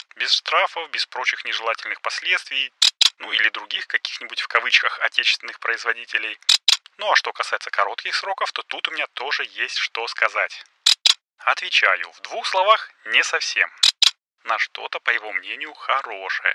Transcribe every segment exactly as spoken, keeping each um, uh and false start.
Без штрафов, без прочих нежелательных последствий, ну или других каких-нибудь в кавычках отечественных производителей. Ну а что касается коротких сроков, то тут у меня тоже есть что сказать. Отвечаю, в двух словах, не совсем. На что-то, по его мнению, хорошее.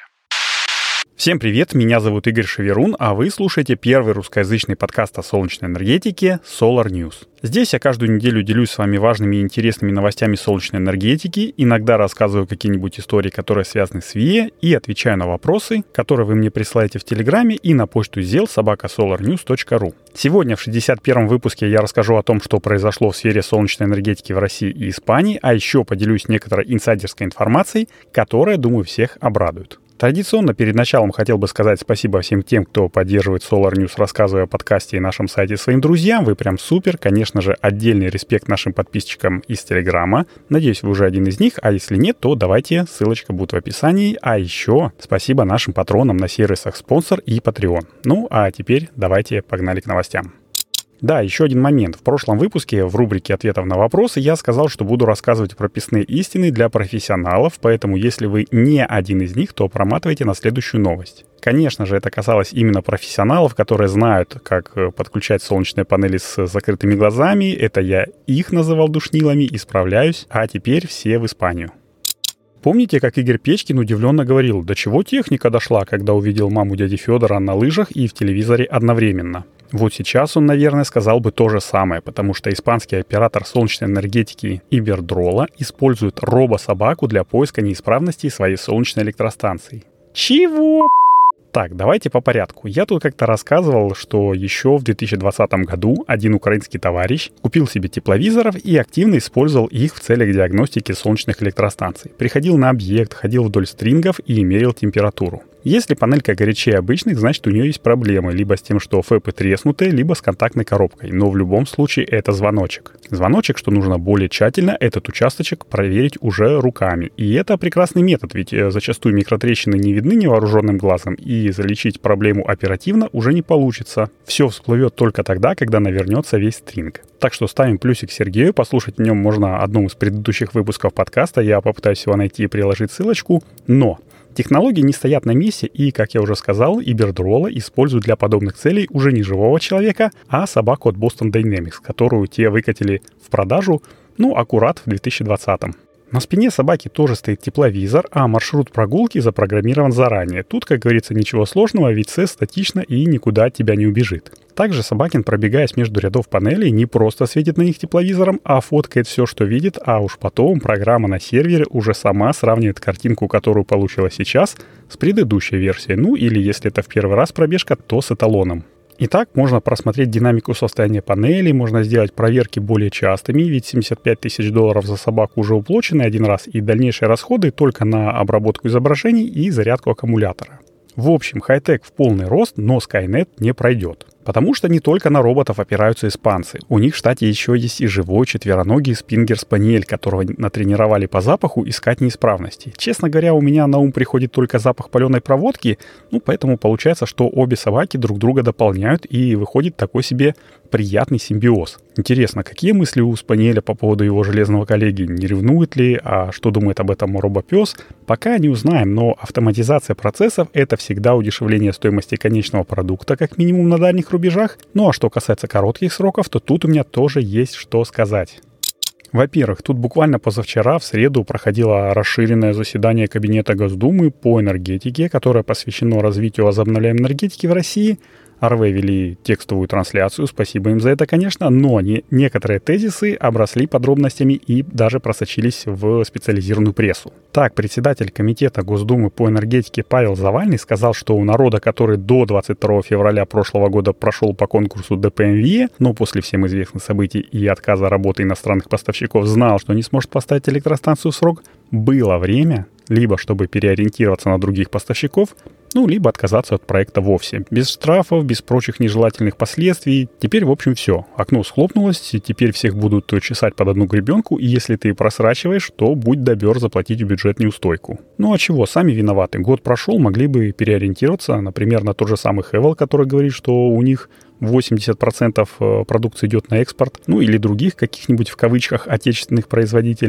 Всем привет, меня зовут Игорь Шеверун, а вы слушаете первый русскоязычный подкаст о солнечной энергетике Solar News. Здесь я каждую неделю делюсь с вами важными и интересными новостями солнечной энергетики, иногда рассказываю какие-нибудь истории, которые связаны с ви и, и отвечаю на вопросы, которые вы мне присылаете в Телеграме и на почту зел собака солар ньюс точка ру. Сегодня в шестьдесят первом выпуске я расскажу о том, что произошло в сфере солнечной энергетики в России и Испании, а еще поделюсь некоторой инсайдерской информацией, которая, думаю, всех обрадует. Традиционно перед началом хотел бы сказать спасибо всем тем, кто поддерживает Solar News, рассказывая о подкасте и нашем сайте своим друзьям. Вы прям супер. Конечно же, отдельный респект нашим подписчикам из Телеграма. Надеюсь, вы уже один из них, а если нет, то давайте, ссылочка будет в описании. А еще спасибо нашим патронам на сервисах Sponsor и Patreon. Ну, а теперь давайте погнали к новостям. Да, еще один момент. В прошлом выпуске в рубрике «Ответов на вопросы» я сказал, что буду рассказывать прописные истины для профессионалов, поэтому если вы не один из них, то проматывайте на следующую новость. Конечно же, это касалось именно профессионалов, которые знают, как подключать солнечные панели с закрытыми глазами. Это я их называл душнилами, исправляюсь, а теперь все в Испанию. Помните, как Игорь Печкин удивленно говорил, до чего техника дошла, когда увидел маму дяди Федора на лыжах и в телевизоре одновременно? Вот сейчас он, наверное, сказал бы то же самое, потому что испанский оператор солнечной энергетики Ибердрола использует робособаку для поиска неисправностей своей солнечной электростанции. Чего? Так, давайте по порядку. Я тут как-то рассказывал, что еще в две тысячи двадцатом году один украинский товарищ купил себе тепловизоров и активно использовал их в целях диагностики солнечных электростанций. Приходил на объект, ходил вдоль стрингов и мерил температуру. Если панелька горячее обычных, значит у нее есть проблемы либо с тем, что фэпы треснуты, либо с контактной коробкой. Но в любом случае это звоночек. Звоночек, что нужно более тщательно этот участочек проверить уже руками. И это прекрасный метод, ведь зачастую микротрещины не видны невооруженным глазом, и залечить проблему оперативно уже не получится. Все всплывет только тогда, когда навернется весь стринг. Так что ставим плюсик Сергею, послушать в нем можно одном из предыдущих выпусков подкаста, я попытаюсь его найти и приложить ссылочку, но... Технологии не стоят на месте, и, как я уже сказал, Ибердрола используют для подобных целей уже не живого человека, а собаку от Boston Dynamics, которую те выкатили в продажу, ну, аккурат в две тысячи двадцатом. На спине собаки тоже стоит тепловизор, а маршрут прогулки запрограммирован заранее. Тут, как говорится, ничего сложного, ведь С статично и никуда от тебя не убежит. Также Собакин, пробегаясь между рядов панелей, не просто светит на них тепловизором, а фоткает все, что видит, а уж потом программа на сервере уже сама сравнивает картинку, которую получила сейчас, с предыдущей версией. Ну или, если это в первый раз пробежка, то с эталоном. Итак, можно просмотреть динамику состояния панелей, можно сделать проверки более частыми, ведь семьдесят пять тысяч долларов за собаку уже уплачены один раз, и дальнейшие расходы только на обработку изображений и зарядку аккумулятора. В общем, хай-тек в полный рост, но Skynet не пройдет. Потому что не только на роботов опираются испанцы. У них в штате еще есть и живой четвероногий спингер-спаниель, которого натренировали по запаху искать неисправности. Честно говоря, у меня на ум приходит только запах паленой проводки, ну поэтому получается, что обе собаки друг друга дополняют и выходит такой себе приятный симбиоз. Интересно, какие мысли у спаниеля по поводу его железного коллеги? Не ревнует ли? А что думает об этом робопес? Пока не узнаем, но автоматизация процессов — это всегда удешевление стоимости конечного продукта, как минимум на дальних рубежах. Ну а что касается коротких сроков, то тут у меня тоже есть что сказать. Во-первых, тут буквально позавчера, в среду, проходило расширенное заседание Кабинета Госдумы по энергетике, которое посвящено развитию возобновляемой энергетики в России. эр вэ вели текстовую трансляцию, спасибо им за это, конечно, но не, некоторые тезисы обросли подробностями и даже просочились в специализированную прессу. Так, председатель Комитета Госдумы по энергетике Павел Завальный сказал, что у народа, который до двадцать второго февраля прошлого года прошел по конкурсу дэ пэ эм ви е, но после всем известных событий и отказа работы иностранных поставщиков знал, что не сможет поставить электростанцию в срок, было время либо чтобы переориентироваться на других поставщиков, ну, либо отказаться от проекта вовсе. Без штрафов, без прочих нежелательных последствий. Теперь, в общем, все. Окно схлопнулось, и теперь всех будут чесать под одну гребенку, и если ты просрачиваешь, то будь добер заплатить в бюджет неустойку. Ну а чего, сами виноваты. Год прошел, могли бы переориентироваться, например, на тот же самый Хевел, который говорит, что у них восемьдесят процентов продукции идет на экспорт, ну или других каких-нибудь в кавычках отечественных производителей.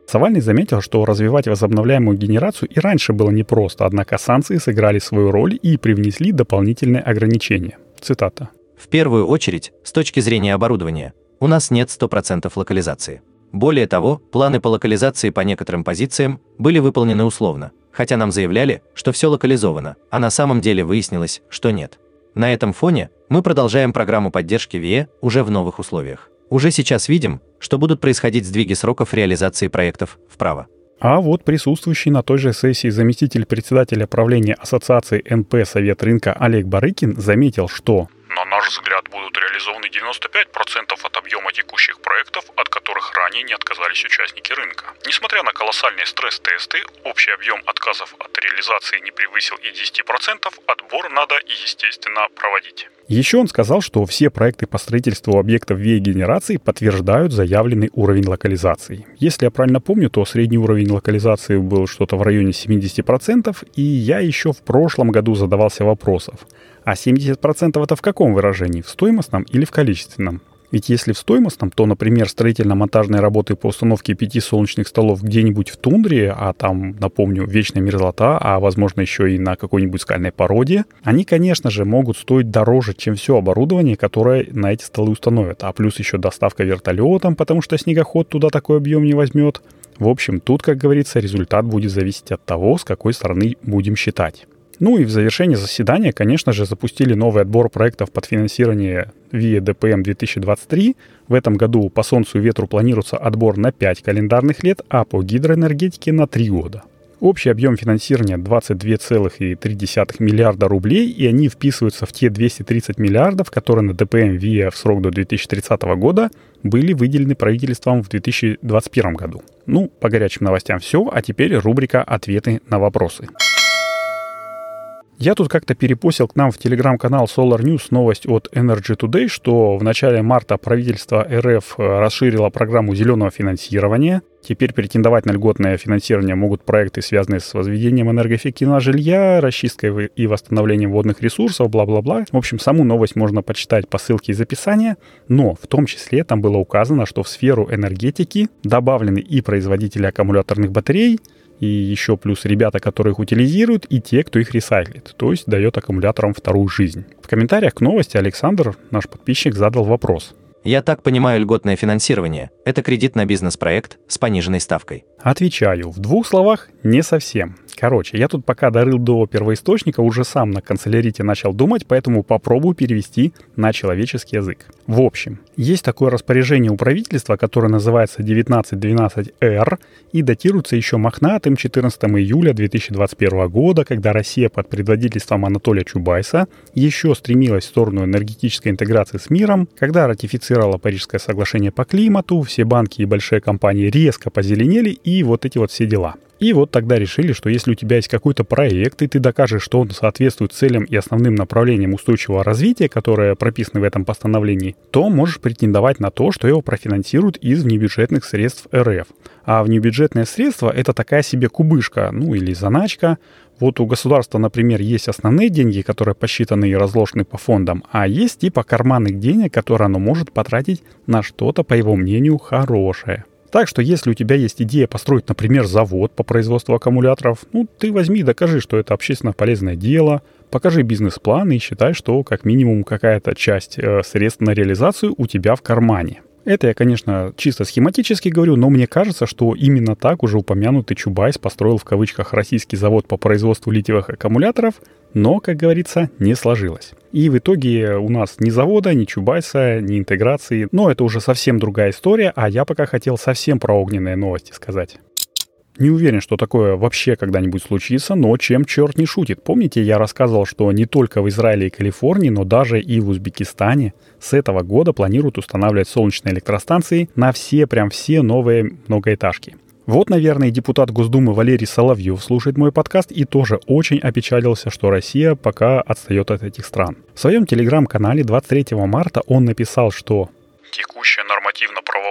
Савальный заметил, что развивать возобновляемую генерацию и раньше было непросто, однако санкции сыграли свою роль и привнесли дополнительные ограничения. Цитата. В первую очередь, с точки зрения оборудования, у нас нет сто процентов локализации. Более того, планы по локализации по некоторым позициям были выполнены условно, хотя нам заявляли, что все локализовано, а на самом деле выяснилось, что нет. На этом фоне мы продолжаем программу поддержки ви и уже в новых условиях. Уже сейчас видим, что будут происходить сдвиги сроков реализации проектов вправо. А вот присутствующий на той же сессии заместитель председателя правления Ассоциации эн пэ Совет рынка Олег Барыкин заметил, что на наш взгляд, будут реализованы девяносто пять процентов от объема текущих проектов, от которых ранее не отказались участники рынка. Несмотря на колоссальные стресс-тесты, общий объем отказов от реализации не превысил и десять процентов, отбор надо, естественно, проводить. Еще он сказал, что все проекты по строительству объектов ви и-генерации подтверждают заявленный уровень локализации. Если я правильно помню, то средний уровень локализации был что-то в районе семьдесят процентов, и я еще в прошлом году задавался вопросом. А семьдесят процентов это в каком выражении? В стоимостном или в количественном? Ведь если в стоимостном, то, например, строительно-монтажные работы по установке пяти солнечных столов где-нибудь в тундре, а там, напомню, вечная мерзлота, а возможно еще и на какой-нибудь скальной породе, они, конечно же, могут стоить дороже, чем все оборудование, которое на эти столы установят. А плюс еще доставка вертолетом, потому что снегоход туда такой объем не возьмет. В общем, тут, как говорится, результат будет зависеть от того, с какой стороны будем считать. Ну и в завершении заседания, конечно же, запустили новый отбор проектов под финансирование ви и-ди пи эм две тысячи двадцать три. В этом году по Солнцу и ветру планируется отбор на пять календарных лет, а по гидроэнергетике на три года. Общий объем финансирования двадцать два целых три десятых миллиарда рублей, и они вписываются в те двести тридцать миллиардов, которые на ди пи эм ви и в срок до две тысячи тридцатого года были выделены правительством в две тысячи двадцать первом году. Ну, по горячим новостям все, а теперь рубрика «Ответы на вопросы». Я тут как-то перепостил к нам в телеграм-канал Solar News новость от Energy Today, что в начале марта правительство эр эф расширило программу зеленого финансирования. Теперь претендовать на льготное финансирование могут проекты, связанные с возведением энергоэффективного жилья, расчисткой и восстановлением водных ресурсов, бла-бла-бла. В общем, саму новость можно почитать по ссылке из описания, но в том числе там было указано, что в сферу энергетики добавлены и производители аккумуляторных батарей, и еще плюс ребята, которые их утилизируют, и те, кто их ресайклит, то есть дает аккумуляторам вторую жизнь. В комментариях к новости Александр, наш подписчик, задал вопрос. Я так понимаю, льготное финансирование – это кредит на бизнес-проект с пониженной ставкой. Отвечаю. В двух словах, не совсем. Короче, я тут пока дорыл до первоисточника, уже сам на канцелярите начал думать, поэтому попробую перевести на человеческий язык. В общем, есть такое распоряжение у правительства, которое называется девятнадцать двенадцать эр и датируется еще мохнатым четырнадцатого июля две тысячи двадцать первого года, когда Россия под предводительством Анатолия Чубайса еще стремилась в сторону энергетической интеграции с миром, когда ратифицировала Парижское соглашение по климату, все банки и большие компании резко позеленели и вот эти вот все дела. И вот тогда решили, что если у тебя есть какой-то проект, и ты докажешь, что он соответствует целям и основным направлениям устойчивого развития, которые прописаны в этом постановлении, то можешь претендовать на то, что его профинансируют из внебюджетных средств эр эф. А внебюджетные средства — это такая себе кубышка, ну или заначка. Вот у государства, например, есть основные деньги, которые посчитаны и разложены по фондам, а есть типа карманных денег, которые оно может потратить на что-то, по его мнению, хорошее. Так что если у тебя есть идея построить, например, завод по производству аккумуляторов, ну, ты возьми и докажи, что это общественно полезное дело, покажи бизнес-план и считай, что как минимум какая-то часть э, средств на реализацию у тебя в кармане. Это я, конечно, чисто схематически говорю, но мне кажется, что именно так уже упомянутый Чубайс построил в кавычках российский завод по производству литиевых аккумуляторов, но, как говорится, не сложилось. И в итоге у нас ни завода, ни Чубайса, ни интеграции, но это уже совсем другая история, а я пока хотел совсем про огненные новости сказать. Не уверен, что такое вообще когда-нибудь случится, но чем черт не шутит. Помните, я рассказывал, что не только в Израиле и Калифорнии, но даже и в Узбекистане с этого года планируют устанавливать солнечные электростанции на все, прям все новые многоэтажки. Вот, наверное, депутат Госдумы Валерий Соловьев слушает мой подкаст и тоже очень опечалился, что Россия пока отстает от этих стран. В своем телеграм-канале двадцать третьего марта он написал, что текущее нормативно-правовое регулирование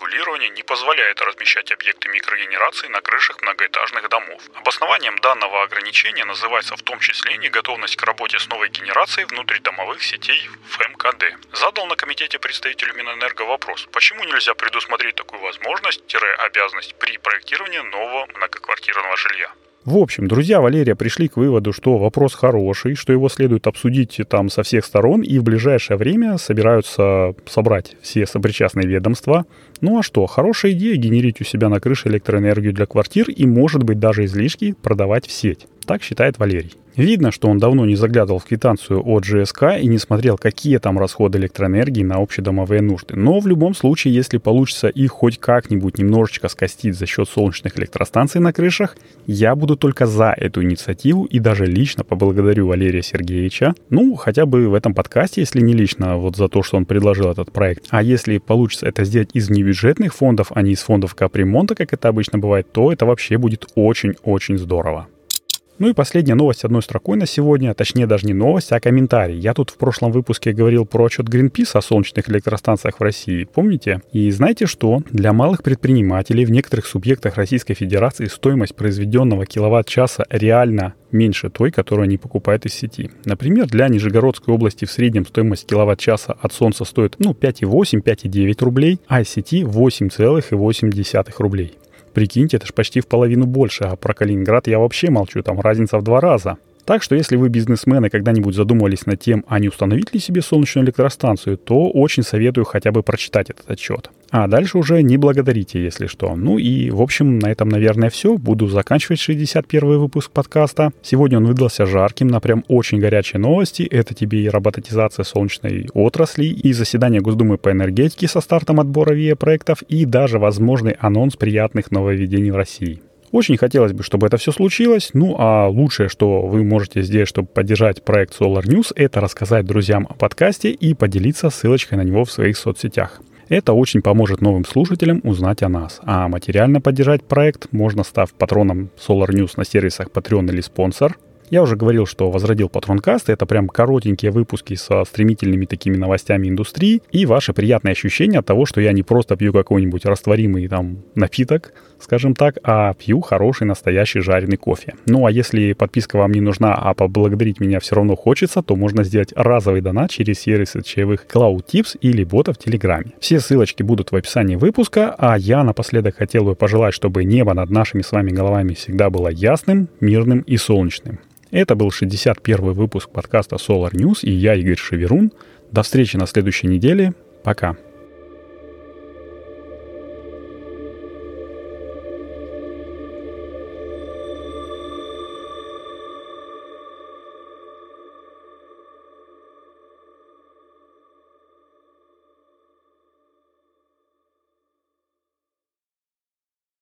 регулирование не позволяет размещать объекты микрогенерации на крышах многоэтажных домов. Обоснованием данного ограничения называется в том числе неготовность к работе с новой генерацией внутридомовых сетей в эм ка дэ. Задал на комитете представителю Минэнерго вопрос, почему нельзя предусмотреть такую возможность-обязанность при проектировании нового многоквартирного жилья. В общем, друзья Валерия пришли к выводу, что вопрос хороший, что его следует обсудить там со всех сторон, и в ближайшее время собираются собрать все сопричастные ведомства. Ну а что, хорошая идея генерить у себя на крыше электроэнергию для квартир и, может быть, даже излишки продавать в сеть. Так считает Валерий. Видно, что он давно не заглядывал в квитанцию от джи эс ка и не смотрел, какие там расходы электроэнергии на общедомовые нужды. Но в любом случае, если получится их хоть как-нибудь немножечко скостить за счет солнечных электростанций на крышах, я буду только за эту инициативу и даже лично поблагодарю Валерия Сергеевича. Ну, хотя бы в этом подкасте, если не лично, вот за то, что он предложил этот проект. А если получится это сделать из небюджетных фондов, а не из фондов капремонта, как это обычно бывает, то это вообще будет очень-очень здорово. Ну и последняя новость одной строкой на сегодня, точнее даже не новость, а комментарий. Я тут в прошлом выпуске говорил про отчет Greenpeace о солнечных электростанциях в России, помните? И знаете что? Для малых предпринимателей в некоторых субъектах Российской Федерации стоимость произведенного киловатт-часа реально меньше той, которую они покупают из сети. Например, для Нижегородской области в среднем стоимость киловатт-часа от солнца стоит ну, пять и восемь - пять и девять рублей, а из сети восемь целых восемь десятых рублей. Прикиньте, это ж почти в половину больше, а про Калининград я вообще молчу, там разница в два раза. Так что если вы, бизнесмены, когда-нибудь задумывались над тем, а не установить ли себе солнечную электростанцию, то очень советую хотя бы прочитать этот отчет. А дальше уже не благодарите, если что. Ну и, в общем, на этом, наверное, все. Буду заканчивать шестьдесят первый выпуск подкаста. Сегодня он выдался жарким на прям очень горячие новости. Это тебе и роботизация солнечной отрасли, и заседание Госдумы по энергетике со стартом отбора ви и-проектов, и даже возможный анонс приятных нововведений в России. Очень хотелось бы, чтобы это все случилось. Ну, а лучшее, что вы можете сделать, чтобы поддержать проект Solar News, это рассказать друзьям о подкасте и поделиться ссылочкой на него в своих соцсетях. Это очень поможет новым слушателям узнать о нас. А материально поддержать проект можно, став патроном Solar News на сервисах Patreon или спонсор. Я уже говорил, что возродил Патронкаст. Это прям коротенькие выпуски со стремительными такими новостями индустрии. И ваши приятные ощущения от того, что я не просто пью какой-нибудь растворимый там напиток, скажем так, а пью хороший настоящий жареный кофе. Ну а если подписка вам не нужна, а поблагодарить меня все равно хочется, то можно сделать разовый донат через сервисы чаевых CloudTips или бота в Телеграме. Все ссылочки будут в описании выпуска, а я напоследок хотел бы пожелать, чтобы небо над нашими с вами головами всегда было ясным, мирным и солнечным. Это был шестьдесят первый выпуск подкаста Solar News, и я, Игорь Шеверун. До встречи на следующей неделе. Пока.